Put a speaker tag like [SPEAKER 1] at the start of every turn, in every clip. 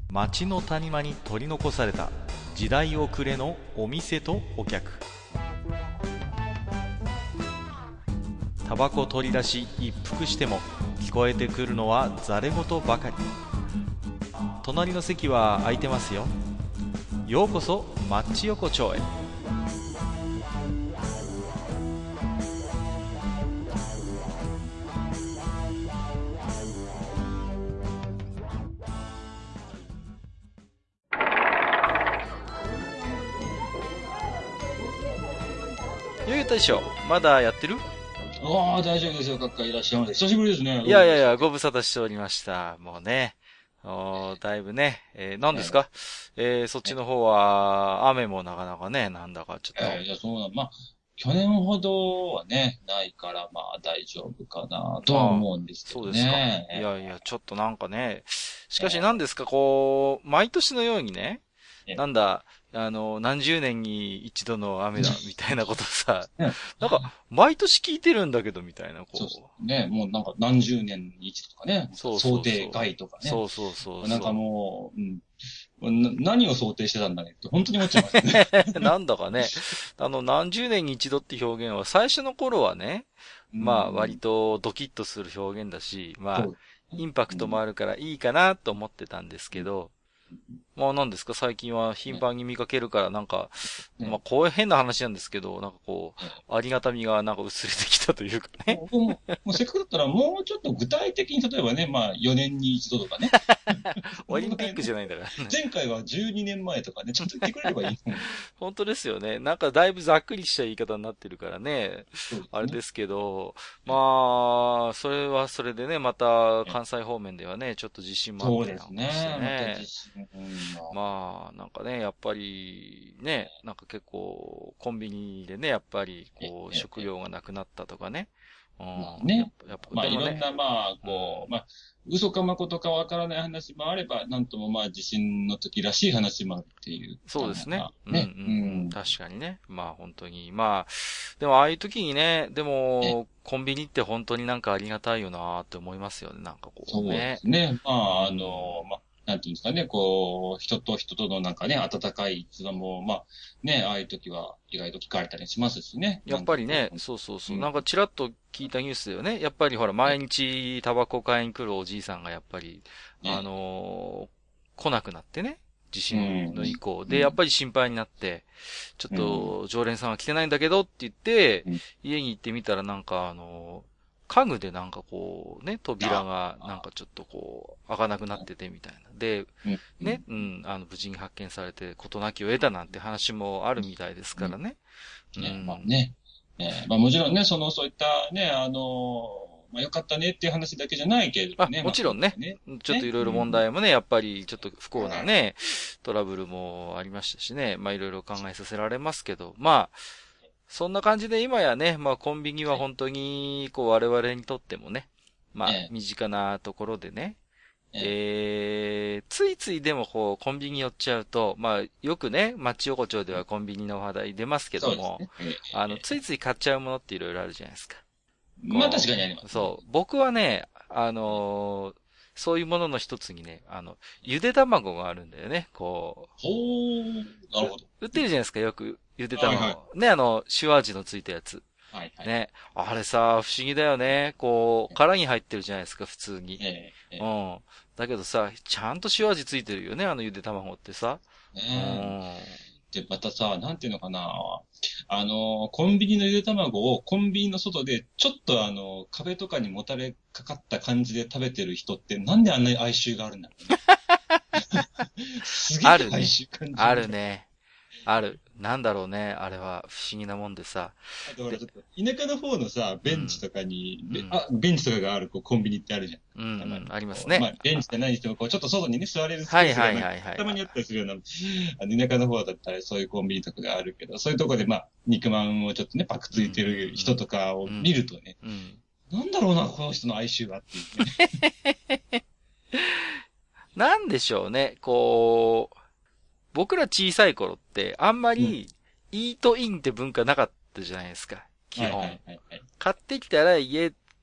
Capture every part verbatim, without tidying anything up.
[SPEAKER 1] 町の谷間に取り残された時代遅れのお店とお客。タバコ取り出し一服しても聞こえてくるのはざれ言ばかり。隣の席は空いてますよ。ようこそマッチ横丁へ。よい大将、まだやってる？
[SPEAKER 2] ああ、大丈夫ですよ、閣下いらっしゃいませ。久しぶりですね。
[SPEAKER 1] いやいやいや、ご無沙汰しておりました。もうね、おだいぶね、えー、何ですか、えー、そっちの方は、雨もなかなかね、なんだかちょっと。
[SPEAKER 2] えー、いや、そうな、まあ、去年ほどはね、ないから、まあ、大丈夫かな、とは
[SPEAKER 1] ああ、
[SPEAKER 2] 思うんですけど
[SPEAKER 1] そうですか。
[SPEAKER 2] ね。
[SPEAKER 1] いやいや、ちょっとなんかね、しかし
[SPEAKER 2] え
[SPEAKER 1] 何ですか、こう、毎年のようにね、
[SPEAKER 2] ー、え
[SPEAKER 1] なんだ、あの、何十年に一度の雨だ、みたいなことさ、
[SPEAKER 2] ー、ね、
[SPEAKER 1] なんか、毎年聞いてるんだけど、みたいな、こ
[SPEAKER 2] そうです
[SPEAKER 1] う。
[SPEAKER 2] ね。もうなんか何十年に一度とかね、
[SPEAKER 1] そうそ
[SPEAKER 2] 想
[SPEAKER 1] うそう。
[SPEAKER 2] 定外とかね。
[SPEAKER 1] そうそうそう
[SPEAKER 2] なんか
[SPEAKER 1] そ
[SPEAKER 2] もう、うん、な何を想定してたんだねって本当に思っちゃいますね。
[SPEAKER 1] う。なんだかね、あの、何十年に一度って表現は、最初の頃はね、
[SPEAKER 2] う
[SPEAKER 1] まあ、割
[SPEAKER 2] ん、
[SPEAKER 1] とドキッとする表現だし、まあ、
[SPEAKER 2] そうですね。
[SPEAKER 1] インパク
[SPEAKER 2] うん、
[SPEAKER 1] トもあるからいいかなと思ってたんですけど、まあ何ですか、最近は頻
[SPEAKER 2] ね、
[SPEAKER 1] 繁に見かけるからなんか、まあ
[SPEAKER 2] ね、
[SPEAKER 1] こういう変な話なんですけど、なんかこ
[SPEAKER 2] ね、
[SPEAKER 1] う、ありがたみがなんか薄れてきたというかね。
[SPEAKER 2] もう、もう、もうせっかくだったらもうちょっと具体的に、例えばね、まあよねんに一度とかね。
[SPEAKER 1] オ
[SPEAKER 2] そ
[SPEAKER 1] リンピックじゃ
[SPEAKER 2] のぐらいね。
[SPEAKER 1] ないんだからね。
[SPEAKER 2] 前回はじゅうにねんまえとかね、ちょっと言ってくれればいいのに。
[SPEAKER 1] 本当ですよね。なんかだいぶざっくりした言い方になってるからね。
[SPEAKER 2] そうですね。
[SPEAKER 1] あれですけど、
[SPEAKER 2] ね、
[SPEAKER 1] まあ、それはそれでね、また
[SPEAKER 2] ね、
[SPEAKER 1] 関西方面ではね、ちょっと地震もあっ
[SPEAKER 2] そうで
[SPEAKER 1] たりなんかして
[SPEAKER 2] すね。また
[SPEAKER 1] ね。
[SPEAKER 2] 地震が。
[SPEAKER 1] まあ、なんかね、やっぱりね、なんか結構コンビニでね、やっぱり
[SPEAKER 2] え、
[SPEAKER 1] こう
[SPEAKER 2] え、え、
[SPEAKER 1] 食料がなくなったとかね。うん、やっ
[SPEAKER 2] まあね。
[SPEAKER 1] ぱ、やっぱ、
[SPEAKER 2] まあ
[SPEAKER 1] でもね、
[SPEAKER 2] いろんな、まあ、
[SPEAKER 1] うん、
[SPEAKER 2] こう、まあ、嘘か誠かわからない話もあれば、なんともまあ地震の時らしい話もあるっていう、
[SPEAKER 1] そうですね。
[SPEAKER 2] あ
[SPEAKER 1] うんうんう
[SPEAKER 2] ね。う
[SPEAKER 1] ん。
[SPEAKER 2] ん。
[SPEAKER 1] 確かにね。まあ本当に。まあ、でもああいう時にね、で
[SPEAKER 2] え、
[SPEAKER 1] も、コンビニって本当になんかありがたいよなって思いますよね。なんかこう
[SPEAKER 2] そうで
[SPEAKER 1] ね。
[SPEAKER 2] すね。ま
[SPEAKER 1] う
[SPEAKER 2] あ、あ
[SPEAKER 1] ん。
[SPEAKER 2] の、まあ、なんていうんですかね、こう、人と人とのなんかね、温かいつも、まあ、ね、ああいう時は意外と聞かれたりしますしね。
[SPEAKER 1] や
[SPEAKER 2] なんかこ
[SPEAKER 1] っぱりね、そうそう
[SPEAKER 2] う、
[SPEAKER 1] そう。
[SPEAKER 2] うん、
[SPEAKER 1] なんかちらっと聞いたニュースだよね。やっぱりほら、
[SPEAKER 2] え、
[SPEAKER 1] 毎日タバコ買いに来るおじいさんがやっぱり、あ
[SPEAKER 2] ね、
[SPEAKER 1] のー来なくなってね。地
[SPEAKER 2] う
[SPEAKER 1] 震の以
[SPEAKER 2] ん、
[SPEAKER 1] 降。で、やっ
[SPEAKER 2] うん、
[SPEAKER 1] ぱり心配になって、ちょっ
[SPEAKER 2] うん、
[SPEAKER 1] と常連さんは来てないんだけどって言って、
[SPEAKER 2] うん、
[SPEAKER 1] 家に行ってみたらなんかあのー家具でなんかこうね、扉
[SPEAKER 2] あ、
[SPEAKER 1] がなん
[SPEAKER 2] あ、
[SPEAKER 1] かちょっとこう、開かなくなっててみたいな。で、
[SPEAKER 2] うん、う
[SPEAKER 1] ね、
[SPEAKER 2] ん、
[SPEAKER 1] うん、あの、無事に発見されて事なきを得たなんて話もあるみたいです
[SPEAKER 2] うん、
[SPEAKER 1] からね。う
[SPEAKER 2] ね、まあ
[SPEAKER 1] ん。
[SPEAKER 2] ね、えーまあもちろんね、その、そういったね、あの、まあ良かったねっていう話だけじゃないけれども
[SPEAKER 1] あ、
[SPEAKER 2] ね、まあそう
[SPEAKER 1] もちろんね。
[SPEAKER 2] いったね、
[SPEAKER 1] ちょっとい
[SPEAKER 2] ね、
[SPEAKER 1] ろいろ問
[SPEAKER 2] うん、
[SPEAKER 1] 題もね、やっぱりちょっと不幸なね、トラブルもありましたしね。まあいろいろ考えさせられますけど、まあ、そんな感じで今やね、まあコンビニは
[SPEAKER 2] はい、
[SPEAKER 1] 本当に、こう我々にとってもね、まあ
[SPEAKER 2] え
[SPEAKER 1] 身近なところでね、
[SPEAKER 2] ー、え
[SPEAKER 1] えー、ついついでもこうコンビニ寄っちゃうと、まあよくね、町横丁で
[SPEAKER 2] ー、
[SPEAKER 1] はコンビニの話題出ますけども、
[SPEAKER 2] そうですね。えー、
[SPEAKER 1] あの、
[SPEAKER 2] えー、
[SPEAKER 1] ついつい買っちゃうものっていろいろあるじゃないですか。
[SPEAKER 2] まあ確かにあり
[SPEAKER 1] こう、
[SPEAKER 2] ますね。
[SPEAKER 1] そう。僕はね、あのーそういうものの一つにね、あの、ゆで卵があるんだよね。こ
[SPEAKER 2] ほー、な
[SPEAKER 1] う、
[SPEAKER 2] るほど。
[SPEAKER 1] う売ってるじゃないですか、よく、ゆで
[SPEAKER 2] はいはい。
[SPEAKER 1] 卵。ね、あの、塩味のついたやつ。
[SPEAKER 2] はいはい。
[SPEAKER 1] ね。あれさ、不思議だよね。こう、殻に入ってるじゃないですか、普通に。
[SPEAKER 2] ええ、え
[SPEAKER 1] う
[SPEAKER 2] え、
[SPEAKER 1] ん。だけどさ、ちゃんと塩味ついてるよね、あのゆで卵ってさ。う
[SPEAKER 2] ね
[SPEAKER 1] ん。
[SPEAKER 2] え。で、またさ、なんていうのかな。あの、コンビニのゆで卵をコンビニの外で、ちょっとあの、壁とかにもたれかかった感じで食べてる人って、なんであんなに哀愁があるんだろうね。すげえ
[SPEAKER 1] あるね。
[SPEAKER 2] 哀愁感じ
[SPEAKER 1] あ
[SPEAKER 2] るんだよ。
[SPEAKER 1] るね。ある。なんだろうね。あれは不思議なもんでさ。
[SPEAKER 2] あとほら、
[SPEAKER 1] で、
[SPEAKER 2] ちょっと、田舎の方のさ、ベンチ
[SPEAKER 1] うん。
[SPEAKER 2] とかに、べ
[SPEAKER 1] うん。
[SPEAKER 2] あ、ベンチとかがあるこうコンビニってあるじゃん。
[SPEAKER 1] うんう
[SPEAKER 2] たま
[SPEAKER 1] ん。あ
[SPEAKER 2] に。
[SPEAKER 1] りますね。
[SPEAKER 2] こうまあ、ベンチじゃないにしても、こう、ちょっと外にね、座れるス
[SPEAKER 1] はいはい
[SPEAKER 2] ペースがなんか、
[SPEAKER 1] はいはい。
[SPEAKER 2] たまにあったりするような、あの、田舎の方だったらそういうコンビニとかがあるけど、そういうとこで、まあ、肉まんをちょっとね、パクついてる人とかを
[SPEAKER 1] うんうん
[SPEAKER 2] 見るとね、
[SPEAKER 1] うん。うん。
[SPEAKER 2] なんだろうな、この人の哀愁はっていうね。
[SPEAKER 1] なんでしょうね。こう、僕ら小さい頃ってあんま
[SPEAKER 2] うん。
[SPEAKER 1] りイートインって文化なかったじゃないですか。基
[SPEAKER 2] はいは
[SPEAKER 1] 本。
[SPEAKER 2] いはいはい。
[SPEAKER 1] 買ってきたら家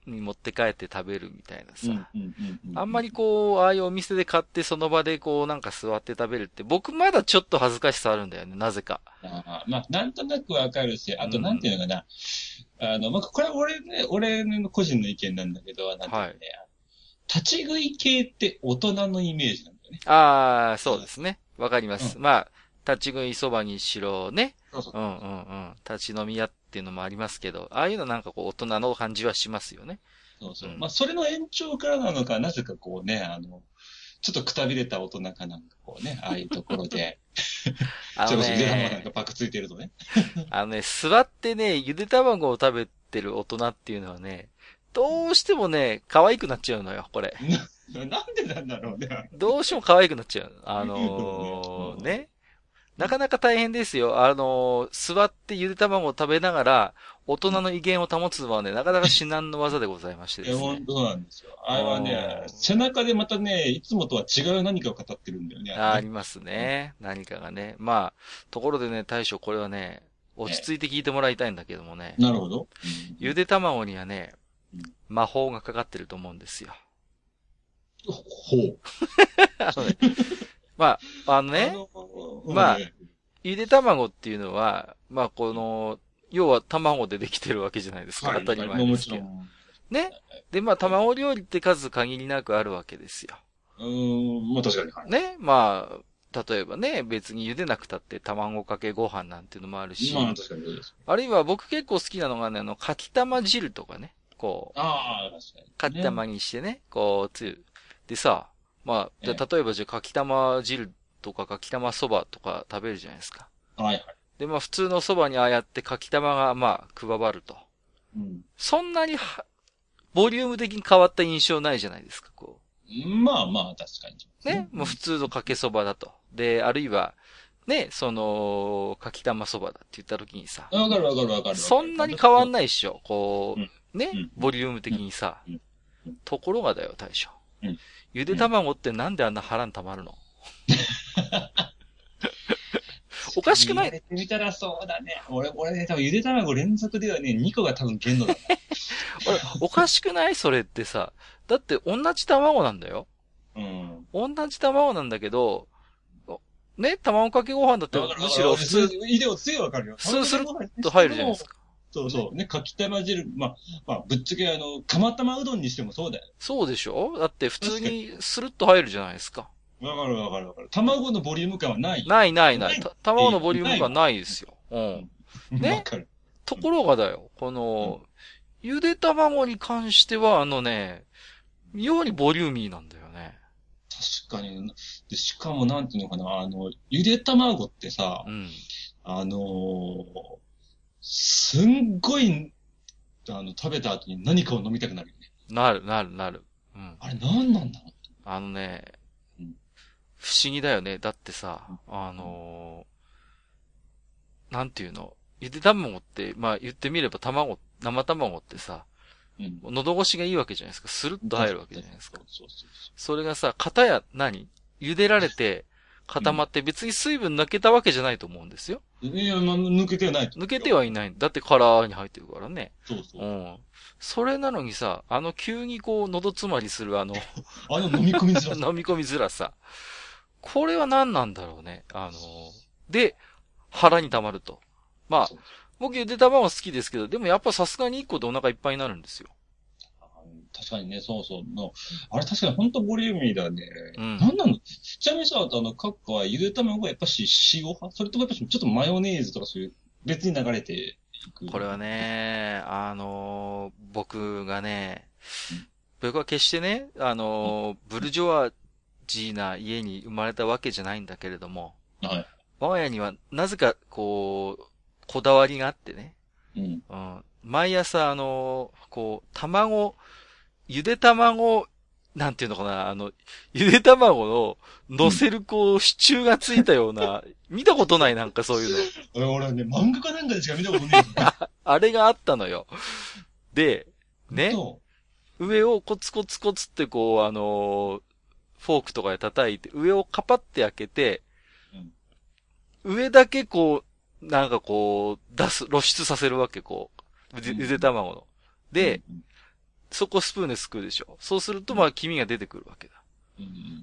[SPEAKER 3] に持って帰って食べるみたいなさ。
[SPEAKER 2] うんうんうんうん、
[SPEAKER 3] あんまりこう、ああいうお店で買ってその場でこうなんか座って食べるって、僕まだちょっと恥ずかしさあるんだよね、なぜか。
[SPEAKER 2] あまあ、なんとなくわかるし、あとなんていうのかな。うん、あの、まあ、これは俺ね、俺の個人の意見なんだけど、なんていうのね、はい、立ち食い系って大人のイメージなんだよね。
[SPEAKER 3] ああ、そうですね。わかります。
[SPEAKER 2] うん、
[SPEAKER 3] まあ、立ち食いそばにしろね。
[SPEAKER 2] そうそう。
[SPEAKER 3] うんうんうん。立ち飲み屋っていうのもありますけど、ああいうのなんかこう大人の感じはしますよね。
[SPEAKER 2] そうそう。うん、まあ、それの延長からなのか、なぜかこうね、あの、ちょっとくたびれた大人かなんかこうね、ああいうところで。あのね。それこそゆで卵なんかパクついてるとね。
[SPEAKER 3] あのね、座ってね、ゆで卵を食べてる大人っていうのはね、どうしてもね、可愛くなっちゃうのよ、これ。
[SPEAKER 2] な、なんでなんだろうね。
[SPEAKER 3] どうしても可愛くなっちゃう。あのー、ね。なかなか大変ですよ。あのー、座ってゆで卵を食べながら、大人の威厳を保つのはね、なかなか至難の技でございましてですね。
[SPEAKER 2] いや、本当なんですよ。あれはね、背中でまたね、いつもとは違う何かを語ってるんだよね。あ,
[SPEAKER 3] あ, ありますね、うん。何かがね。まあ、ところでね、大将これはね、落ち着いて聞いてもらいたいんだけどもね。
[SPEAKER 2] なるほど。うん、
[SPEAKER 3] ゆで卵にはね、魔法がかかってると思うんですよ。
[SPEAKER 2] ほう。
[SPEAKER 3] あのね、まあ、あのね、あのー、まあ、ゆで卵っていうのは、まあ、この、要は卵でできてるわけじゃないですか。はい、当たり前ですけど。ね。で、まあ、卵料理って数限りなくあるわけですよ。
[SPEAKER 2] うーん、まあ確かに。はい、
[SPEAKER 3] ね。まあ、例えばね、別に茹でなくたって卵かけご飯なんていうのもあるし。
[SPEAKER 2] まあ確かに。
[SPEAKER 3] あるいは僕結構好きなのがね、あの、かきたま汁とかね。こう。
[SPEAKER 2] ああ、確かに、ね。
[SPEAKER 3] かきたまにしてね、こう、つゆ。でさ、まあ、じゃ例えばじゃあかきたま汁とかかきたまそばとか食べるじゃないですか。
[SPEAKER 2] はいはい。
[SPEAKER 3] で、まあ普通のそばにああやってかきたまがまあ加わると。うん。そんなには、ボリューム的に変わった印象ないじゃないですか、こ
[SPEAKER 2] う。まあまあ、確かに。
[SPEAKER 3] ね。もう普通のかけそばだと。で、あるいは、ね、その、かきたまそばだって言った時にさ。
[SPEAKER 2] わかるわかるわかる。
[SPEAKER 3] そんなに変わんないっしょ。こう、うん、ね、うん、ボリューム的にさ。うんうん、ところがだよ、大将。うん、ゆで卵ってなんであんな腹に溜まるのおかしくない？
[SPEAKER 2] 言われてみたらそうだね。俺、俺ね、多分ゆで卵連続ではね、にこが多分限度だ。
[SPEAKER 3] 俺、おかしくないそれってさ。だって同じ卵なんだよ。
[SPEAKER 2] うん。
[SPEAKER 3] 同じ卵なんだけど、ね、卵かけご飯だってむしろ普通、
[SPEAKER 2] イデオ強いわかるよ。
[SPEAKER 3] スースルッと入るじゃないですか。
[SPEAKER 2] そうそう。ね、かきたま汁、まあ、まあ、ぶっちゃけあの、釜玉うどんにしてもそうだよ。
[SPEAKER 3] そうでしょ？だって普通にスルッと入るじゃないですか。
[SPEAKER 2] わかるわかるわかる。卵のボリューム感はない。
[SPEAKER 3] ないないない。卵のボリューム感ないですよ。うん。ね。
[SPEAKER 2] わかる。
[SPEAKER 3] ところがだよ、この、うん、ゆで卵に関してはあのね、妙にボリューミーなんだよね。
[SPEAKER 2] 確かに。で、しかもなんていうのかな、あの、ゆで卵ってさ、うん、あのー、すんごい、あの、食べた後に何かを飲みたくなるよね。
[SPEAKER 3] なる、なる、なる。うん。
[SPEAKER 2] あれ何なんだろう？
[SPEAKER 3] あのね、うん、不思議だよね。だってさ、あのー、なんていうの、ゆで卵って、まあ言ってみれば卵、生卵ってさ、うん、喉越しがいいわけじゃないですか。スルッと入るわけじゃないですか。そうそうそう。それがさ、型や何茹でられて固まって別に水分抜けたわけじゃないと思うんですよ。
[SPEAKER 2] いや、まあ、抜けてはない。
[SPEAKER 3] 抜けてはいない。だって殻に入ってるからね。
[SPEAKER 2] そうそう。うん。
[SPEAKER 3] それなのにさ、あの急にこう喉詰まりするあの
[SPEAKER 2] あの飲み込みづら
[SPEAKER 3] さ。飲み込みづらさ。これは何なんだろうね。あの、で、腹に溜まると。まあ、僕ゆで卵好きですけど、でもやっぱさすがにいっこでお腹いっぱいになるんですよ。
[SPEAKER 2] 確かにね、そうそうの。あれ確かに本当ボリューミーだね。うん。なんなの？ちなみにさ、あの、カッカはゆで卵はやっぱし塩派？それともやっぱしちょっとマヨネーズとかそういう別に流れていく？
[SPEAKER 3] これはね、あのー、僕がね、うん、僕は決してね、あのー、ブルジョワジーな家に生まれたわけじゃないんだけれども、はい。我が家にはなぜかこう、こだわりがあってね。うん。うん、毎朝あのー、こう、卵、ゆで卵、なんていうのかな、あの、ゆで卵の乗せるこう、支柱がついたような、見たことないなんかそういう
[SPEAKER 2] の。俺ね、漫画かなんかでしか見たことない、ね
[SPEAKER 3] あ。あれがあったのよ。で、ね、上をコツコツコツってこう、あのー、フォークとかで叩いて、上をカパって開けて、うん、上だけこう、なんかこう、出す、露出させるわけ、こう、ゆで卵の。で、うんそこスプーンですくうでしょ。そうするとまあ黄身が出てくるわけだ。
[SPEAKER 2] うん、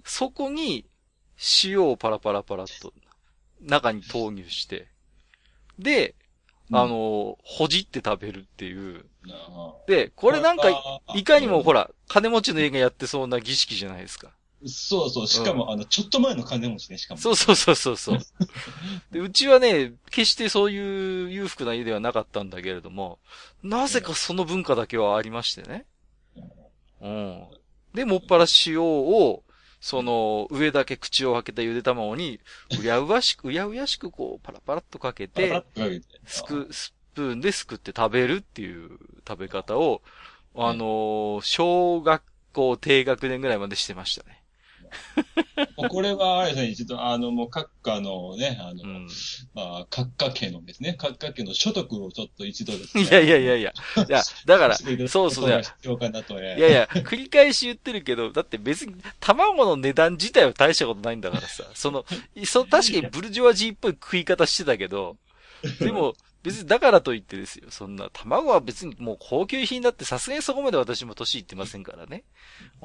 [SPEAKER 3] そこに塩をパラパラパラっと中に投入して、で、あの、ほじって食べるっていう。で、これなんか、いかにもほら、金持ちの家がやってそうな儀式じゃないですか。
[SPEAKER 2] そうそう。しかも、うん、あの、ちょっと前の金持ちね、しかも。
[SPEAKER 3] そうそうそうそうそう。で、うちはね、決してそういう裕福な家ではなかったんだけれども、なぜかその文化だけはありましてね。うん。で、もっぱら塩を、その、上だけ口を開けたゆで卵に、うやうやしく、うやうやしくこう、パラパラっとかけて、すく、スプーンですくって食べるっていう食べ方を、あの、小学校低学年ぐらいまでしてましたね。
[SPEAKER 2] これは、あれですね、一度、あの、もう、閣下のね、あの、うん、まあ、閣下家のですね、閣下家の所得をちょっと一度ですね。
[SPEAKER 3] いやいやいやいや。いや、だから、そうそうね。
[SPEAKER 2] 必要かなとね。
[SPEAKER 3] いやいや、繰り返し言ってるけど、だって別に、卵の値段自体は大したことないんだからさ。その、そ、確かにブルジョワジーっぽい食い方してたけど、でも、別にだからといってですよ。そんな、卵は別にもう高級品だってさすがにそこまで私も年いってませんからね。うん。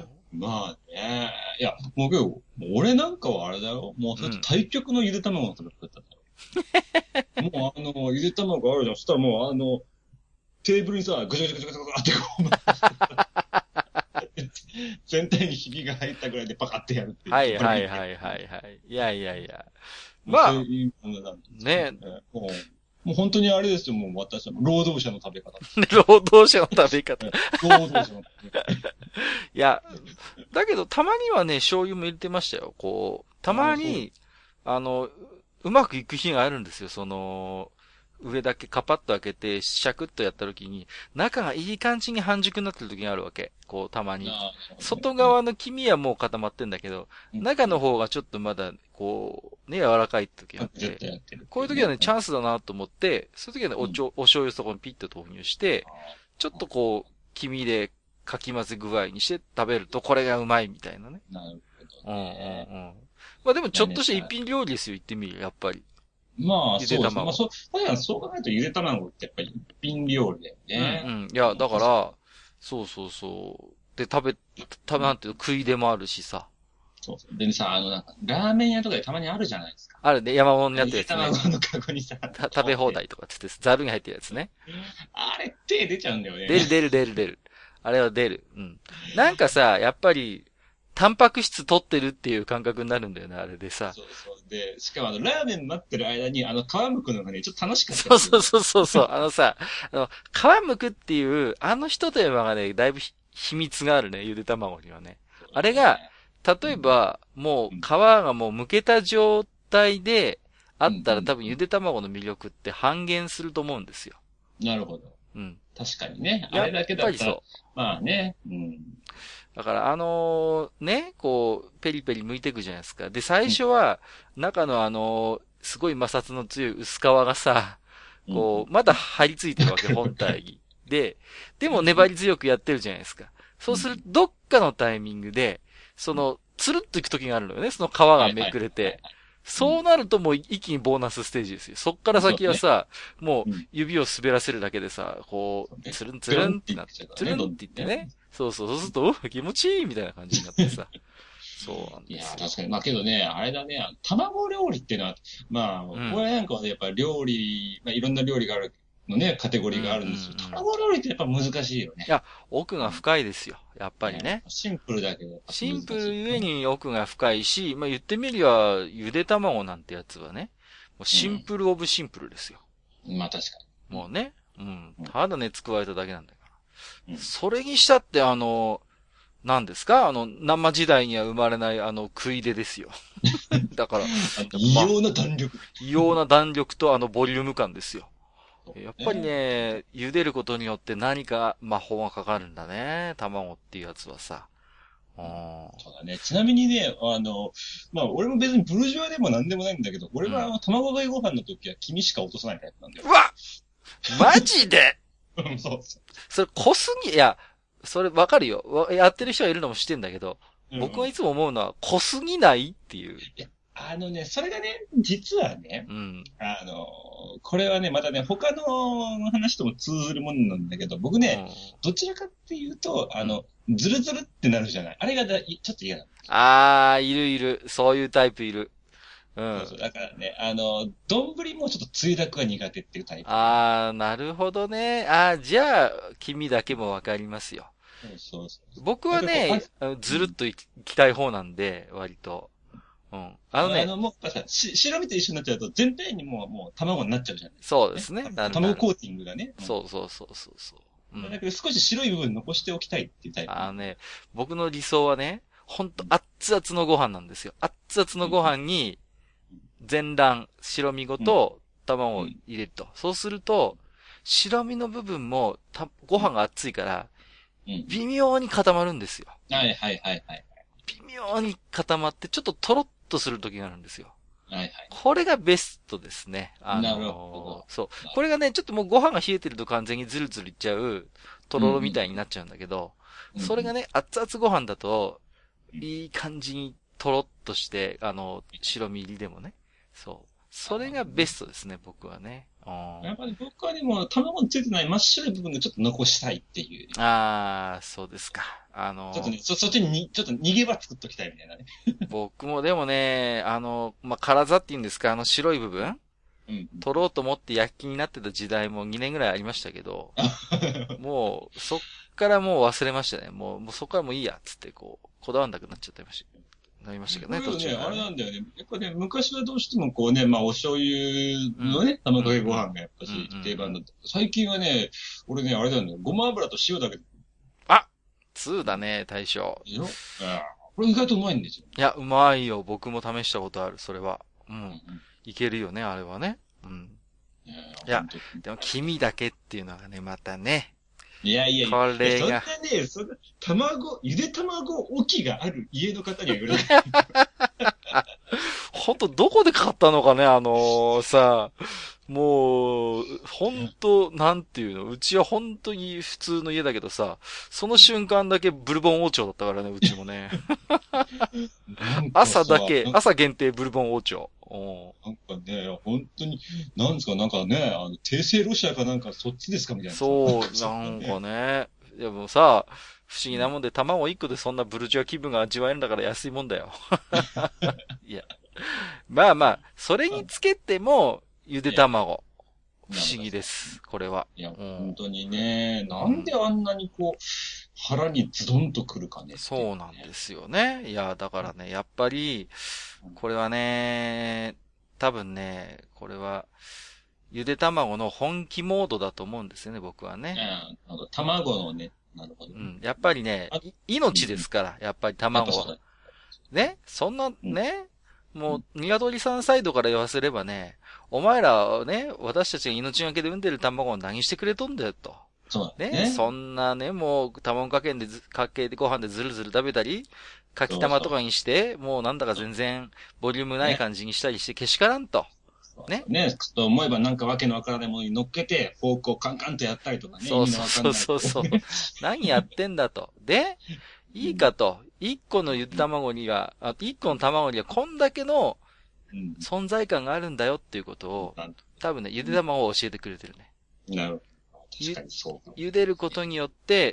[SPEAKER 2] まあね。いや、もうけど、俺なんかはあれだよ。もう、対極のゆで卵の食べ方だよ。もうあの、ゆで卵あるじゃん。そしたらもうあの、テーブルにさ、ぐちゃぐちゃぐちゃぐちゃってこう、全体にひびが入ったぐらいでパカってやるっていう。
[SPEAKER 3] はいはいはいはいはい。いやいやいや。まあ、ね。
[SPEAKER 2] もう本当にあれですよ、もう私は労働者の食べ方。
[SPEAKER 3] 労働者の食べ方。
[SPEAKER 2] 労働者の食べ方。
[SPEAKER 3] いや、だけどたまにはね、醤油も入れてましたよ。こう、たまに、あの、うまくいく日があるんですよ。その、上だけカパッと開けて、シャクッとやった時に、中がいい感じに半熟になってる時があるわけ。こう、たまに。外側の黄身はもう固まってんだけど、中の方がちょっとまだ、こう、ね、柔らかい時があって、こういう時はね、チャンスだなと思って、そういう時はね、おちょ、お醤油そこにピッと投入して、ちょっとこう、黄身でかき混ぜ具合にして食べると、これがうまいみたいなね。
[SPEAKER 2] なるほ
[SPEAKER 3] ど、ね。うんうんうん。まあでもちょっとした一品料理ですよ、言ってみる、やっぱり。
[SPEAKER 2] まあ、そうですね。まあ、そう、だからそう考えるとゆで卵ってやっぱり一品料理だよね。
[SPEAKER 3] うんうん。いや、だから、そうそうそう。で、食べ、食べ、なんていうの、食いでもあるしさ。
[SPEAKER 2] そうそう。でさ、あの、なんか、ラーメン屋とかでたまにあるじゃないですか。
[SPEAKER 3] あるね、山物になってるやつね。
[SPEAKER 2] 卵のカゴにさ。
[SPEAKER 3] 食べ放題とかつって、ザルに入ってるやつね。
[SPEAKER 2] あれ、手出ちゃうんだよね。
[SPEAKER 3] 出る出る出る出る。あれは出る。うん。なんかさ、やっぱり、タンパク質取ってるっていう感覚になるんだよね、あれでさ。
[SPEAKER 2] そうそう。で、しかもあの、ラーメン待ってる間に、あの、皮むくのがね、ちょっと楽しかった。
[SPEAKER 3] そうそうそうそうそう。あのさ、あの、皮むくっていう、あの一手間がね、だいぶ秘密があるね、ゆで卵にはね。あれが、例えば、もう、皮がもう剥けた状態で、あったら多分ゆで卵の魅力って半減すると思うんですよ。
[SPEAKER 2] なるほど。
[SPEAKER 3] うん。
[SPEAKER 2] 確かにね。あれだけだったら。やっぱりそう。まあね。うん。
[SPEAKER 3] だから、あのー、ね、こう、ペリペリ剥いていくじゃないですか。で、最初は、中のあのー、すごい摩擦の強い薄皮がさ、こう、まだ張り付いてるわけ、本体に。で、でも粘り強くやってるじゃないですか。そうすると、どっかのタイミングで、その、つるっといく時があるのよね、その皮がめくれて。そうなるともう一気にボーナスステージですよ。そっから先はさ、もう指を滑らせるだけでさ、こう、つるんつるんってなって、つるんって言ってね。そうそう、そうすると、気持ちいいみたいな感じになってさ。そうなんですよ。
[SPEAKER 2] いや、確かに。まあけどね、あれだね、卵料理っていうのは、まあ、これなんかはね、やっぱり料理、まあいろんな料理があるのね、カテゴリーがあるんですけど、卵料理ってやっぱ難しいよね。
[SPEAKER 3] いや、奥が深いですよ。やっぱりね。
[SPEAKER 2] シンプルだけど。
[SPEAKER 3] シンプルゆえに奥が深いし、まあ言ってみりゃ、ゆで卵なんてやつはね、もうシンプルオブシンプルですよ。
[SPEAKER 2] うん、まあ確か
[SPEAKER 3] に。もうね。うん。ただ熱加えただけなんだから。うん、それにしたってあの、何ですかあの、生時代には生まれないあの食い出ですよ。だから、
[SPEAKER 2] 異様な弾力。
[SPEAKER 3] 異様な弾力とあのボリューム感ですよ。やっぱりね、茹でることによって何か魔法がかかるんだね。卵っていうやつはさ。
[SPEAKER 2] うん、そうだね。ちなみにね、あの、まあ、俺も別にブルジョワでも何でもないんだけど、俺は、うん、卵かけご飯の時は黄身しか落とさないタイプなんだよ。
[SPEAKER 3] うわマジで
[SPEAKER 2] そうそう。
[SPEAKER 3] それ濃すぎ、いや、それわかるよ。やってる人はいるのも知ってんだけど、うん、僕はいつも思うのは濃すぎないっていう。
[SPEAKER 2] いや、 あのね、それがね、実はね、
[SPEAKER 3] うん。
[SPEAKER 2] あの、これはね、またね、他の話とも通ずるものなんだけど、僕ね、どちらかっていうと、あの、ズルズルってなるじゃない。あれがだちょっと嫌なの。
[SPEAKER 3] あー、いるいる。そういうタイプいる。うん。
[SPEAKER 2] そうそう。だからね、あの、丼もちょっとつゆだくが苦手っていうタイプ。
[SPEAKER 3] あー、なるほどね。あー、じゃあ、君だけもわかりますよ。
[SPEAKER 2] そうそうそう。
[SPEAKER 3] 僕はね、ずるっといきたい方なんで、割と。うん。あのね。
[SPEAKER 2] あの、もう、さ、し、白身と一緒になっちゃうと、全体にもう、もう卵になっちゃうじゃない。
[SPEAKER 3] そうですね。
[SPEAKER 2] ね、卵コーティングがね。
[SPEAKER 3] うん、そうそうそうそうそう。
[SPEAKER 2] うん、だけど少し白い部分残しておきたいっていうタイプ。
[SPEAKER 3] あのね、僕の理想はね、ほんと熱々のご飯なんですよ。熱々のご飯に、全卵、白身ごと卵を入れると。うん、そうすると、白身の部分もたご飯が熱いから、微妙に固まるんですよ。
[SPEAKER 2] はいはいはいはい。
[SPEAKER 3] 微妙に固まって、ちょっとトロッとする時があるんですよ。
[SPEAKER 2] はいはい。
[SPEAKER 3] これがベストですね。あのー、
[SPEAKER 2] なるほど。
[SPEAKER 3] そう。これがね、ちょっともうご飯が冷えてると完全にズルズルいっちゃう、とろろみたいになっちゃうんだけど、うんうん、それがね、熱々ご飯だと、いい感じにとろっとして、あの、白身入りでもね。そう。それがベストですね、僕はね。
[SPEAKER 2] やっぱり僕はでも、卵についてない真っ白い部分がちょっと残したいっていう。
[SPEAKER 3] ああ、そうですか。あのー、
[SPEAKER 2] ちょっとね、そ、そっちに、ちょっと逃げ場作っときたいみたいなね。
[SPEAKER 3] 僕もでもね、あの、まあ、辛座っていうんですか、あの白い部分、うん、取ろうと思って焼きになってた時代もにねんぐらいありましたけど、もう、そっからもう忘れましたね。もう、もうそっからもういいや、つってこう、こだわんなくなっちゃってました。なりましたけどね、
[SPEAKER 2] 途中、ね。あれなんだよね。やっぱね、昔はどうしてもこうね、まあお醤油のね、卵かけご飯がやっぱし定番だった。最近はね、俺ね、あれだよね、ごま油と塩だけ。
[SPEAKER 3] あツーだね、大将。
[SPEAKER 2] いや、これ意外とうまいんですよ。
[SPEAKER 3] いや、うまいよ。僕も試したことある、それは。うん。うん、いけるよね、あれはね。うん。いや、でも黄身だけっていうのがね、またね。
[SPEAKER 2] いやいやいや、
[SPEAKER 3] これが。
[SPEAKER 2] そんなね、そんな、卵、ゆで卵置きがある家の方には言われない。
[SPEAKER 3] ほんと、どこで買ったのかね、あのー、さ、もう、ほんと、なんていうの、うちは本当に普通の家だけどさ、その瞬間だけブルボン王朝だったからね、うちもね。朝だけ、朝限定ブルボン王朝。
[SPEAKER 2] なんかね、本当に、なんですか、なんかね、あの、帝政ロシアかなんかそっちですかみたいな。
[SPEAKER 3] そう、なんかね。でもさ、不思議なもんで、卵一個でそんなブルジョア気分が味わえるんだから安いもんだよ。いや。まあまあ、それにつけても、ゆで卵。不思議です。これは。
[SPEAKER 2] いや、うん、本当にね、なんであんなにこう、腹にズドンとくるかね。
[SPEAKER 3] そうなんですよね。いや、だからね、やっぱり、これはね、多分ね、これは、ゆで卵の本気モードだと思うんですよね、僕はね。
[SPEAKER 2] うん、卵のね、なるほど、ね。
[SPEAKER 3] うん。やっぱりね、命ですから、やっぱり卵は。ね、そんなね、うん、もう、鶏さんサイドから言わせればね、お前らね、私たちが命がけで産んでる卵を何してくれとんだよと。
[SPEAKER 2] そう
[SPEAKER 3] ね。ね。そんなね、もう、卵かけんで、かけでご飯でずるずる食べたり、かき玉とかにして、もうなんだか全然、ボリュームない感じにしたりして、けしからんと。ね。
[SPEAKER 2] ね、ちょっと思えばなんかわけのわからないものに乗っけて、フォークをカンカンとやったりとかね。
[SPEAKER 3] そうそうそうそう。何やってんだと。で、いいかと。一個のゆで卵には、あ一個の卵にはこんだけの存在感があるんだよっていうことを、多分ね、ゆで卵を教えてくれてるね。
[SPEAKER 2] なるほど。確かにそう。
[SPEAKER 3] 茹でることによって、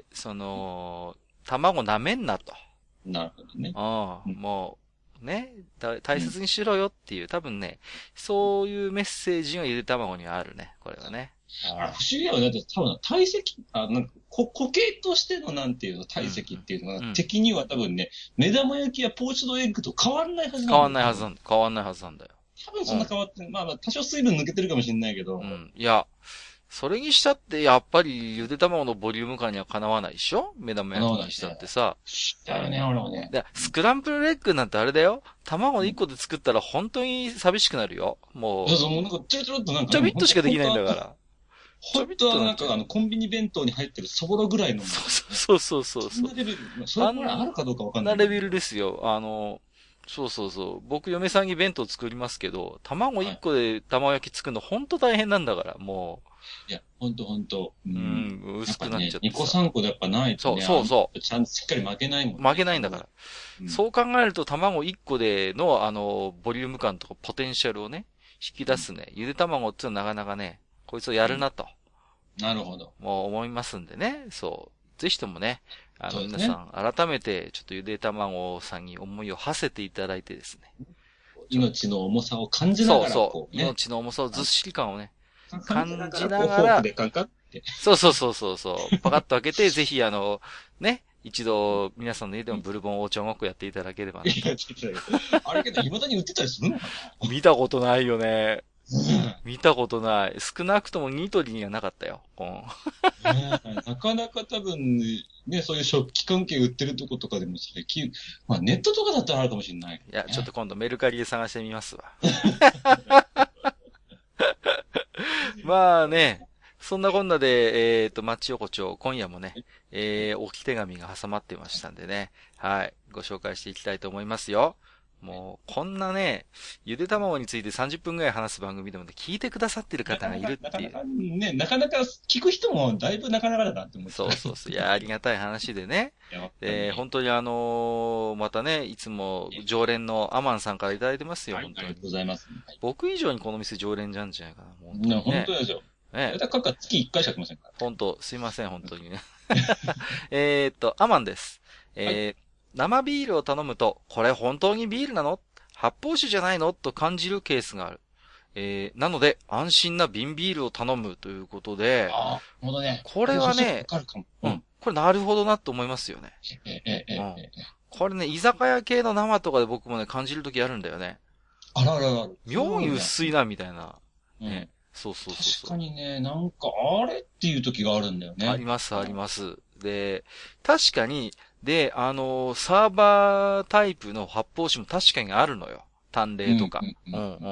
[SPEAKER 3] その、卵舐めんなと。
[SPEAKER 2] なるほどね。
[SPEAKER 3] ああ、もう、ね、大切にしろよっていう、多分ね、そういうメッセージがゆで卵にはあるね、これはね。
[SPEAKER 2] あ不思議だよね。だって多分、体積、あ、なんか、こ固形としてのなんていうの、体積っていうのが、うん、敵には多分ね、目玉焼きやポーチドエッグと変わんないはずなんだよ。
[SPEAKER 3] 変わんないはずなんだ。変わんないはずなんだよ。
[SPEAKER 2] 多分そんな変わって、うん、まあまあ、多少水分抜けてるかもしれないけど。
[SPEAKER 3] うん。いや、それにしたって、やっぱり、ゆで卵のボリューム感にはかなわないでしょ目玉焼きにしたってさ。
[SPEAKER 2] だよね、俺もね。
[SPEAKER 3] で、スクランブルエッグなんてあれだよ。卵いっこで作ったら本当に寂しくなるよ。もう。
[SPEAKER 2] そうそう、もうなんかちょろちょろっとなんか。
[SPEAKER 3] ちょびっとしかできないんだから。
[SPEAKER 2] ちょびっとなんかあの、コンビニ弁当に入ってるそぼろぐらいの。
[SPEAKER 3] そうそうそうそう。
[SPEAKER 2] そんなレベル、それこれあるかどうかわかんない。
[SPEAKER 3] そんなレベルですよ。あの、そうそうそう。僕、嫁さんに弁当作りますけど、卵いっこで卵焼き作るのほんと大変なんだから、もう。
[SPEAKER 2] いや、ほんとほんと。
[SPEAKER 3] うん、うん、薄くなっちゃってさ。
[SPEAKER 2] にこさんこでやっぱないとね。
[SPEAKER 3] そうそうそう。
[SPEAKER 2] ちゃんとしっかり負けないもんね。
[SPEAKER 3] 負けないんだから。うん、そう考えると卵いっこでの、あの、ボリューム感とかポテンシャルをね、引き出すね、うん、ゆで卵っていうのはなかなかね、こいつをやるなと。
[SPEAKER 2] うん、なるほど。
[SPEAKER 3] もう思いますんでね。そう。ぜひともね、あの、皆さん、改めて、ちょっとゆで卵さんに思いを馳せていただいてですね。
[SPEAKER 2] 命の重さを感じながら、
[SPEAKER 3] そうそう、ね。命の重さをずっしり感をね、感じながら、そうそうそうそうそう、パカッと開けて、ぜひあの、ね、一度、皆さんの家でもブルボンお茶ごっこやっていただければな。いや、
[SPEAKER 2] あれけど、未だに売ってたりするのかな？
[SPEAKER 3] 見たことないよね。うん、見たことない。少なくともニトリにはなかったよ。うん、
[SPEAKER 2] ね、なかなか多分、ね、そういう食器関係売ってるとことかでも最近、まあネットとかだったらあるかもしれない、ね。
[SPEAKER 3] いや、ちょっと今度メルカリで探してみますわ。まあね、そんなこんなで、えっと、町横丁、今夜もね、えー、置き手紙が挟まってましたんでね、はい、ご紹介していきたいと思いますよ。もう、こんなね、ゆで卵についてさんじゅっぷんくらい話す番組でもね、聞いてくださってる方がいるっていう。
[SPEAKER 2] なかなか、ね、なかなか聞く人もだいぶなかなかだなって思って。
[SPEAKER 3] そうそうそう。いや、ありがたい話でね。えー、本当にあのー、またね、いつも常連のアマンさんからいただいてますよ、
[SPEAKER 2] はい、
[SPEAKER 3] 本当に。
[SPEAKER 2] ありがとうございます。
[SPEAKER 3] はい、僕以上にこの店常連じゃんじゃないかな。
[SPEAKER 2] 本当に、ね、本当ですよ。ね。だから月いっかいしか来ませんから。
[SPEAKER 3] 本当、すいません、本当にね。えっと、アマンです。えー、はい、生ビールを頼むと、これ本当にビールなの？発泡酒じゃないの？と感じるケースがある。えー、なので、安心な瓶ビールを頼むということで、
[SPEAKER 2] ああ、なるほどね。
[SPEAKER 3] これはね、
[SPEAKER 2] うん、
[SPEAKER 3] これなるほどなと思いますよね。
[SPEAKER 2] ええ、ええ、うん。
[SPEAKER 3] これね、居酒屋系の生とかで僕もね、感じるときあるんだよね。
[SPEAKER 2] あららら。
[SPEAKER 3] 妙に薄いな、みたいな。
[SPEAKER 2] うん、
[SPEAKER 3] ね。そうそうそうそう。
[SPEAKER 2] 確かにね、なんか、あれっていう時があるんだよね。
[SPEAKER 3] あります、あります。で、確かに、で、あの、サーバータイプの発泡酒も確かにあるのよ。淡麗とか。うんうんうん。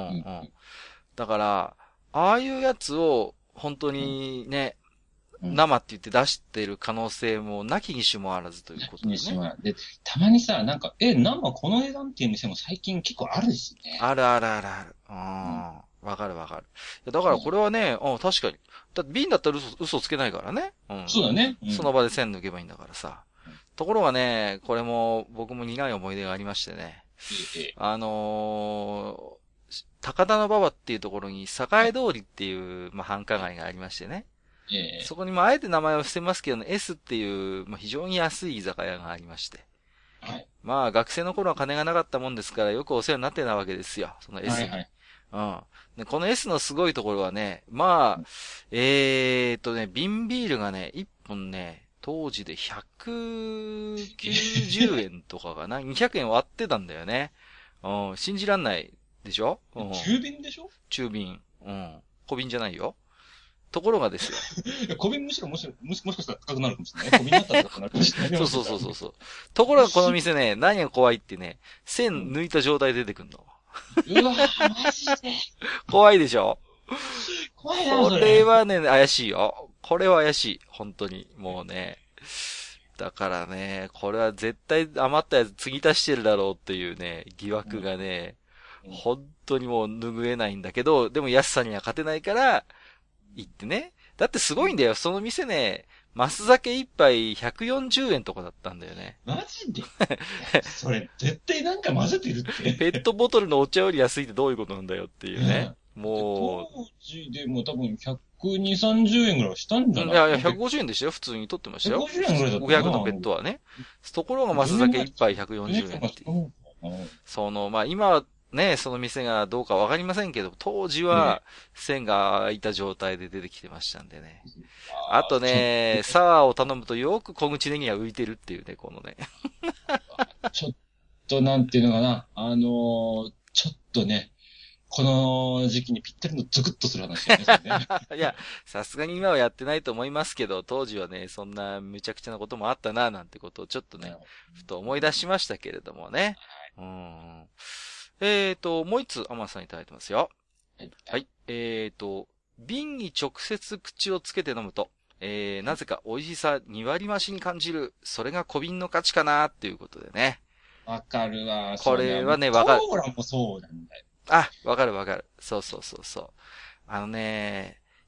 [SPEAKER 3] だから、ああいうやつを、本当にね、うん、生って言って出してる可能性もなきにしもあらずということでね。なきにしもあらず。
[SPEAKER 2] で、たまにさ、なんか、え、生この値段っていう店も最近結構あるしね。
[SPEAKER 3] あるあるあるある。うん。わかるわかる。だからこれはね、うん、確かに。だって瓶だったら嘘、嘘つけないからね。
[SPEAKER 2] うん。そうだね。
[SPEAKER 3] うん、その場で線抜けばいいんだからさ。うん、ところがね、これも僕も苦い思い出がありましてね。ええ、あのー、高田馬場っていうところに、栄通りっていう、まあ、繁華街がありましてね。ええ、そこに、まあ、あえて名前を伏せますけどね、S っていう、まあ、非常に安い居酒屋がありまして。はい。まあ、学生の頃は金がなかったもんですから、よくお世話になってたわけですよ。その S に。はいはい、うん。で、この S のすごいところはね、まあ、えーっとね、瓶ビールがね、いっぽんね、当時でひゃくきゅうじゅうえんとかかな。にひゃくえん割ってたんだよね。うん、信じらんないでしょ？うん、
[SPEAKER 2] 中瓶でしょ？
[SPEAKER 3] 中瓶。うん。小瓶じゃないよ。ところがです
[SPEAKER 2] よ。小瓶むしろもしもし、もしかしたら高くなるかもしれない。小瓶だったら高くなるかもしれない。
[SPEAKER 3] そうそうそうそう。ところがこの店ね、何が怖いってね、線抜いた状態で出てくんの。
[SPEAKER 2] うわぁ、マジで。
[SPEAKER 3] 怖いでしょ？
[SPEAKER 2] 怖いな、
[SPEAKER 3] これはね、怪しいよ。これは怪しい。本当に。もうね。だからね、これは絶対余ったやつ継ぎ足してるだろうっていうね、疑惑がね、うん、本当にもう拭えないんだけど、でも安さには勝てないから、行ってね。だってすごいんだよ。その店ね、マス酒一杯ひゃくよんじゅうえんとかだったんだよね。
[SPEAKER 2] マジでそれ、絶対なんか混ぜてるって。
[SPEAKER 3] ペットボトルのお茶より安いってどういうことなんだよっていうね。うん、もう。
[SPEAKER 2] 当時でも多分ひゃくにじゅう、さんじゅうえんぐらいしたんじゃない？
[SPEAKER 3] いやいや、ひゃくごじゅうえんでしたよ。普通に取ってましたよ。
[SPEAKER 2] ひゃくごじゅうえんぐらいだった
[SPEAKER 3] ごひゃくのペットはね。ところがマス酒一杯ひゃくよんじゅうえんっていう。その、まあ今はね、その店がどうかわかりませんけど、当時は線が開いた状態で出てきてましたんでね。あとね、サワーを頼むとよく小口ネギが浮いてるっていうね、このね。
[SPEAKER 2] ちょっとなんていうのかな、あのー、ちょっとね、この時期にぴったりのゾクッとする話ですね。
[SPEAKER 3] いや、さすがに今はやってないと思いますけど、当時はね、そんな無茶苦茶なこともあったな、なんてことをちょっとね、ふと思い出しましたけれどもね。うん。えーと、もう一つ、アマンさんいただいてますよ。はい。はい。えーと、瓶に直接口をつけて飲むと、えー、なぜか美味しさに割増しに感じる。それが小瓶の価値かな、っていうことでね。
[SPEAKER 2] わかるわ。
[SPEAKER 3] これはね、わかる。
[SPEAKER 2] コーラもそうなんだよ。
[SPEAKER 3] あ、わかるわかる。そうそうそうそう。あのね、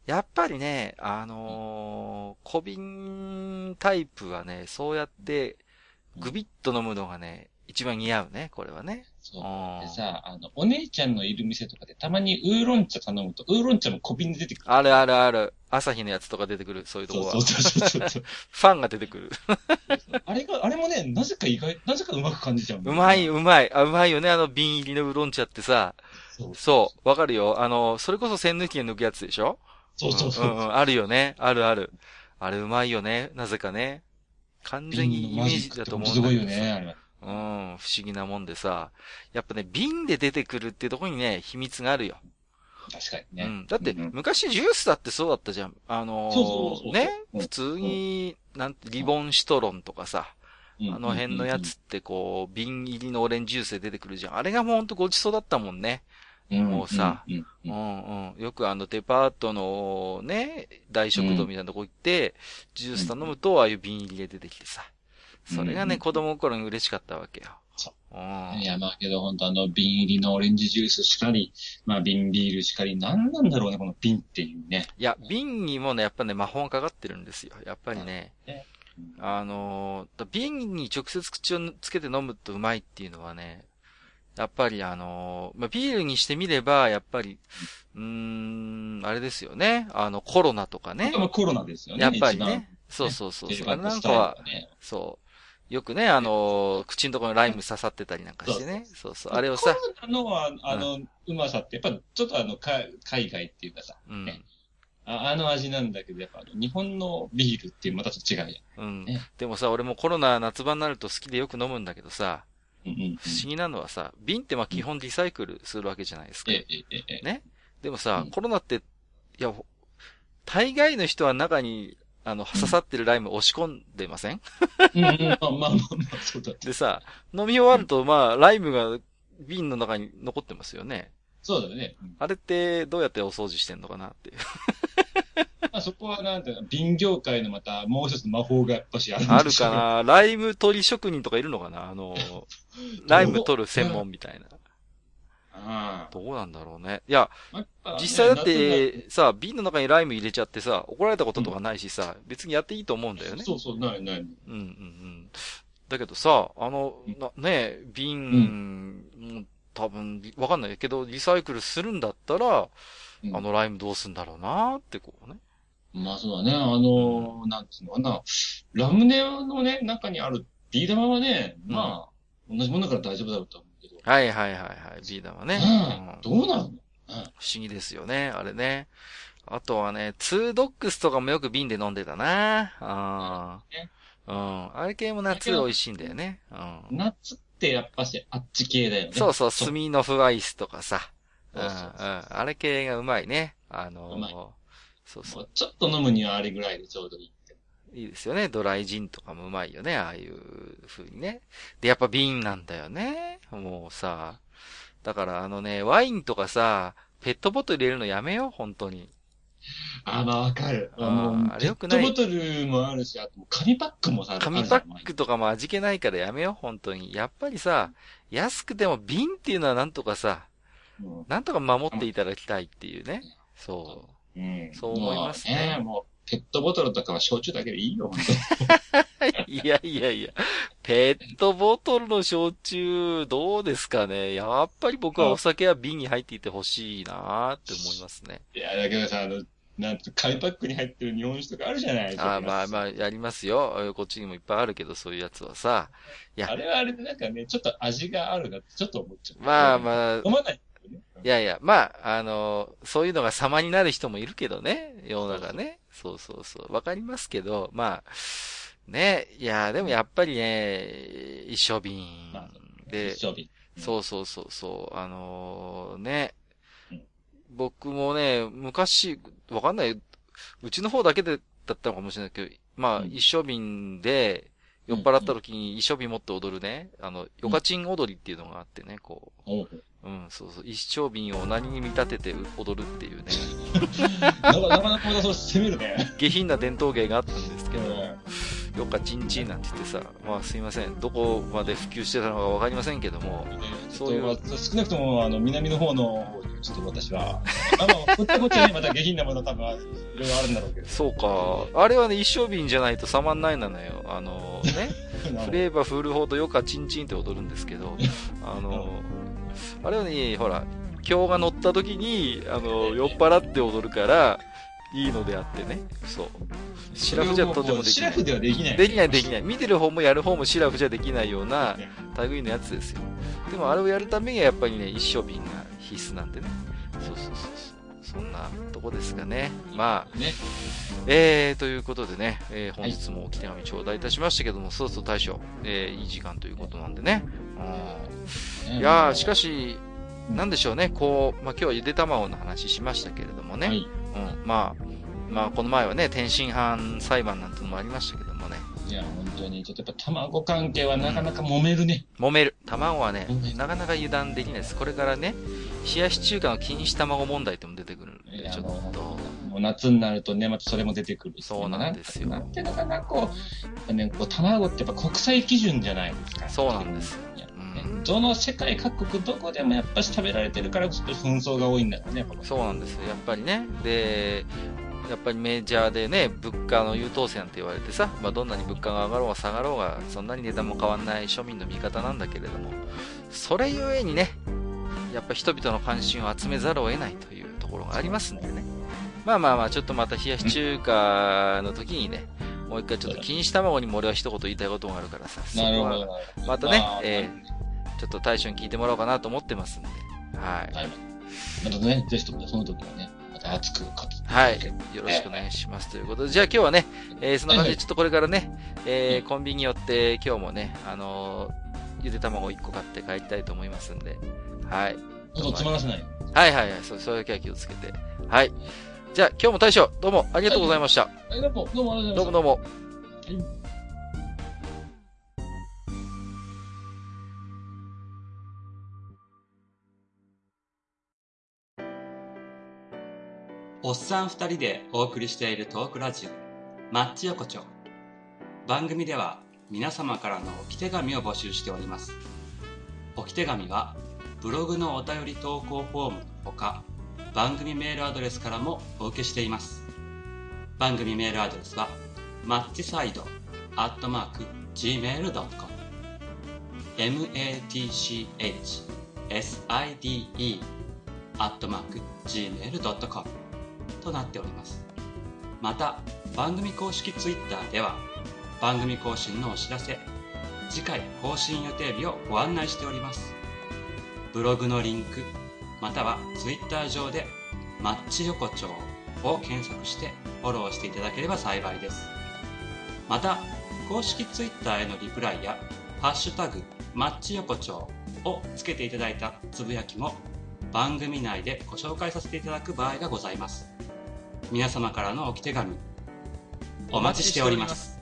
[SPEAKER 3] やっぱりね、あのー、小瓶タイプはね、そうやって、ぐびっと飲むのがね、一番似合うね、これはね。
[SPEAKER 2] そう。でさ、あの、お姉ちゃんのいる店とかでたまにウーロン茶頼むと、ウーロン茶も小瓶で出てくる。
[SPEAKER 3] あるあるある。朝日のやつとか出てくる、そういうとこは。
[SPEAKER 2] そうそうそうそう
[SPEAKER 3] ファンが出てくる。
[SPEAKER 2] あれが、あれもね、なぜか意外、なぜかうまく感じちゃう。
[SPEAKER 3] うまい、うまい。あ、うまいよね、あの瓶入りのウーロン茶ってさ。そう。そう、わかるよ。あの、それこそ栓抜きで抜くやつでしょ？
[SPEAKER 2] そうそうそう。
[SPEAKER 3] うん、うん、あるよね。あるある。あれうまいよね、なぜかね。完全にイメージだと思うんだけど。すごいよね、あれ。うん、不思議なもんでさ。やっぱね、瓶で出てくるっていうところにね、秘密があるよ。
[SPEAKER 2] 確かにね。
[SPEAKER 3] うん。だって、うん、昔ジュースだってそうだったじゃん。あのー、そうそうそうそうね、うん、普通に、なんて、リボンシトロンとかさ、うん、あの辺のやつってこう、瓶入りのオレンジジュースで出てくるじゃん。あれがもうほんとごちそうだったもんね。もうさ、うんうん。よくあのデパートのね、大食堂みたいなとこ行って、ジュース頼むと、ああいう瓶入りで出てきてさ。それがね、子供の頃に嬉しかったわけよ。
[SPEAKER 2] そう。いや、まあけど本当あの瓶入りのオレンジジュースしかり、まあ瓶ビールしかり、なんなんだろうね、この瓶っていうね。
[SPEAKER 3] いや、瓶にもね、やっぱね、魔法がかかってるんですよ。やっぱりね。あのー、瓶に直接口をつけて飲むとうまいっていうのはね、やっぱりあのー、まあ、ビールにしてみれば、やっぱり、うーん、あれですよね。あの、コロナとかね。
[SPEAKER 2] コロナですよね。
[SPEAKER 3] やっぱりね。そうそうそうそう。あれなんかは、そう。よくね、あのー、口のところにライム刺さってたりなんかしてね。そうそう。あれをさ。
[SPEAKER 2] コロナのは、あの、うまさって、やっぱちょっとあの、海外っていうかさ、うん。あの味なんだけど、やっぱ日本のビールっていうまたちょっと違うやん。
[SPEAKER 3] うん。でもさ、俺もコロナ夏場になると好きでよく飲むんだけどさ、不思議なのはさ、瓶ってまあ基本リサイクルするわけじゃないですか。ね。でもさ、コロナって、いや、大概の人は中に、あの、刺さってるライム押し込んでません？
[SPEAKER 2] うん、うん、まあまあまあまあ、そうだ。
[SPEAKER 3] でさ、飲み終わると、まあ、ライムが瓶の中に残ってますよね。
[SPEAKER 2] そうだね。
[SPEAKER 3] あれってどうやってお掃除してんのかなっていう。
[SPEAKER 2] まあそこはなんていうの、瓶業界のまたもう一つ魔法がやっぱしあるん
[SPEAKER 3] であるかな。ライム取り職人とかいるのかな、あの、ライム取る専門みたいな。ああどうなんだろうね。いや、まあ、実際だって、さ、瓶の中にライム入れちゃってさ、怒られたこととかないしさ、うん、別にやっていいと思うんだよね。
[SPEAKER 2] そうそう、ないない。うん
[SPEAKER 3] うんうん。だけどさ、あの、なね、瓶、うん、多分、わかんないけど、リサイクルするんだったら、うん、あのライムどうすんだろうなってこうね。
[SPEAKER 2] まあそうだね。あの、うん、なんつうのかな。ラムネのね、中にあるビー玉はね、うん、まあ、同じものだから大丈夫だろうと思うけど。
[SPEAKER 3] はいはいはいはい、ビー玉ね。
[SPEAKER 2] うん、どうなるの、うん、
[SPEAKER 3] 不思議ですよね、あれね。あとはね、ツードックスとかもよく瓶で飲んでたな。あうん。あれ系も夏美味しいんだよね。うん。
[SPEAKER 2] 夏ってやっぱしあっち系だよね。
[SPEAKER 3] そうそう、スミノフアイスとかさ。うんうん。あれ系がうまいね。あのー、うまいそうそう。
[SPEAKER 2] ちょっと飲むにはあれぐらいでちょうどいい。
[SPEAKER 3] いいですよね。ドライジンとかもうまいよね。ああいう風にね。で、やっぱ瓶なんだよね。もうさ。だからあのね、ワインとかさ、ペットボトル入れるのやめよう、本当に。
[SPEAKER 2] あ、まあわかる。あの、あれよくない。ペットボトルもあるし、あと紙パックもさ、
[SPEAKER 3] 紙パックとかも味気ないからやめよう、本当に。やっぱりさ、安くても瓶っていうのはなんとかさ、うん、なんとか守っていただきたいっていうね。そう。うん、そう思いますね。
[SPEAKER 2] もうね、もうペットボトルとかは焼酎だけでいいよ、本
[SPEAKER 3] 当に。いやいやいや、ペットボトルの焼酎、どうですかね。やっぱり僕はお酒は瓶に入っていてほしいなって思いますね。
[SPEAKER 2] いや、だけどさ、あの、なんと、紙パックに入ってる日本酒とかあるじゃないですか。
[SPEAKER 3] あまあまあ、やりますよ。こっちにもいっぱいあるけど、そういうやつはさ。
[SPEAKER 2] いや。あれはあれでなんかね、ちょっと味があるなってちょっと思っちゃう。
[SPEAKER 3] まあまあ。
[SPEAKER 2] 飲まない、
[SPEAKER 3] ね。いやいや、まあ、あの、そういうのが様になる人もいるけどね。世の中ね。そうそうそう。わかりますけど、まあ、ね。いや、でもやっぱりね、一升瓶で。
[SPEAKER 2] 一升瓶。
[SPEAKER 3] そうそうそうそう。あのー、ね。僕もね、昔、わかんない。うちの方だけでだったのかもしれないけど、まあ、うん、一升瓶で、酔っ払った時に一升瓶持って踊るね、あの、ヨカチン踊りっていうのがあってね、こう。うん、うん、そうそう。一升瓶を何に見立てて踊るっていうね。
[SPEAKER 2] なかなかまだそう攻めるね。
[SPEAKER 3] 下品な伝統芸があったんですけど、 よっかちんちんなんて言ってさ、まあすいません、どこまで普及してたのかわかりませんけども、
[SPEAKER 2] そういう、まあ、少なくともあの南の方のちょっと私は、あのこっちこっちはねまた下品なもの多分いろいろあるんだろうけど。
[SPEAKER 3] そうか、あれはね一升瓶じゃないとさまんないなのよ。あのね、フレーバー振るほどよっかちんちんって踊るんですけど、あのあれはねほら今日が乗った時にあの酔っ払って踊るから。いいのであってね。そう。シラフじゃとてもできない。
[SPEAKER 2] シラフではできない。
[SPEAKER 3] できないできない。見てる方もやる方もシラフじゃできないような類のやつですよ。でもあれをやるためにはやっぱりね、一升瓶が必須なんでね。そうそうそうそう。そんなとこですかね。まあ、ね、えー、ということでね、えー、本日もお手紙頂戴いたしましたけども、そうそう大将、えー、いい時間ということなんでね。うん、いやー、しかし、なんでしょうね、こう、まあ今日はゆで卵の話しましたけれどもね。はい、うん、まあ、まあこの前はね、天津飯裁判なんてのもありましたけどもね。
[SPEAKER 2] いや、本当に、ちょっとやっぱ卵関係はなかなか揉めるね。
[SPEAKER 3] 揉める。卵はね、なかなか油断できないです。これからね、冷やし中華の錦糸卵問題っても出てくるんで、ちょっと。
[SPEAKER 2] もう夏になるとね、またそれも出てくる。
[SPEAKER 3] そうなんですよ。
[SPEAKER 2] なんていうのかな、こう、ね、こう卵ってやっぱ国際基準じゃないですか。
[SPEAKER 3] そうなんですよ。
[SPEAKER 2] どの世界各国どこでもやっぱし食べられてるからちょっと紛争が多いんだよね。
[SPEAKER 3] そうなんですよ。やっぱりね。で、やっぱりメジャーでね、物価の優等生なんて言われてさ、まあ、どんなに物価が上がろうが下がろうが、そんなに値段も変わんない庶民の味方なんだけれども、それゆえにね、やっぱ人々の関心を集めざるを得ないというところがありますんでね。まあまあまあ、ちょっとまた冷やし中華の時にね、もう一回ちょっと錦糸卵にも俺は一言言いたいことがあるからさ、そこはまたね、まあ、えー、ちょっと大将に聞いてもらおうかなと思ってますんで、はい。はい、
[SPEAKER 2] またね、ぜひともその時はね、また熱く語って、
[SPEAKER 3] はい、よろしくお願いします、えー、ということで、じゃあ今日はね、えー、そんな感じでちょっとこれからね、えー、コンビニ寄って今日もね、あのー、ゆで卵いっこ買って帰りたいと思いますんで、はい。
[SPEAKER 2] ちょっとつまらせない。
[SPEAKER 3] はいはいはい、そそれだけは気をつけて、はい。じゃあ今日も大将どうもありがとうございました。は
[SPEAKER 2] い、どうもどうもありがとうございました。
[SPEAKER 3] どうもどうも。はい
[SPEAKER 4] おっさん二人でお送りしているトークラジオマッチ横丁。番組では皆様からの置き手紙を募集しております。置き手紙はブログのお便り投稿フォームのほか、番組メールアドレスからもお受けしています。番組メールアドレスはマッチサイドアットマーク ジーメールドットコム マッチサイド アットマーク ジーメールドットコム となっております。また番組公式ツイッターでは番組更新のお知らせ、次回更新予定日をご案内しております。ブログのリンクまたはツイッター上でマッチ横丁を検索してフォローしていただければ幸いです。また公式ツイッターへのリプライやハッシュタグマッチ横丁をつけていただいたつぶやきも番組内でご紹介させていただく場合がございます。皆様からの置き手紙お待ちしております。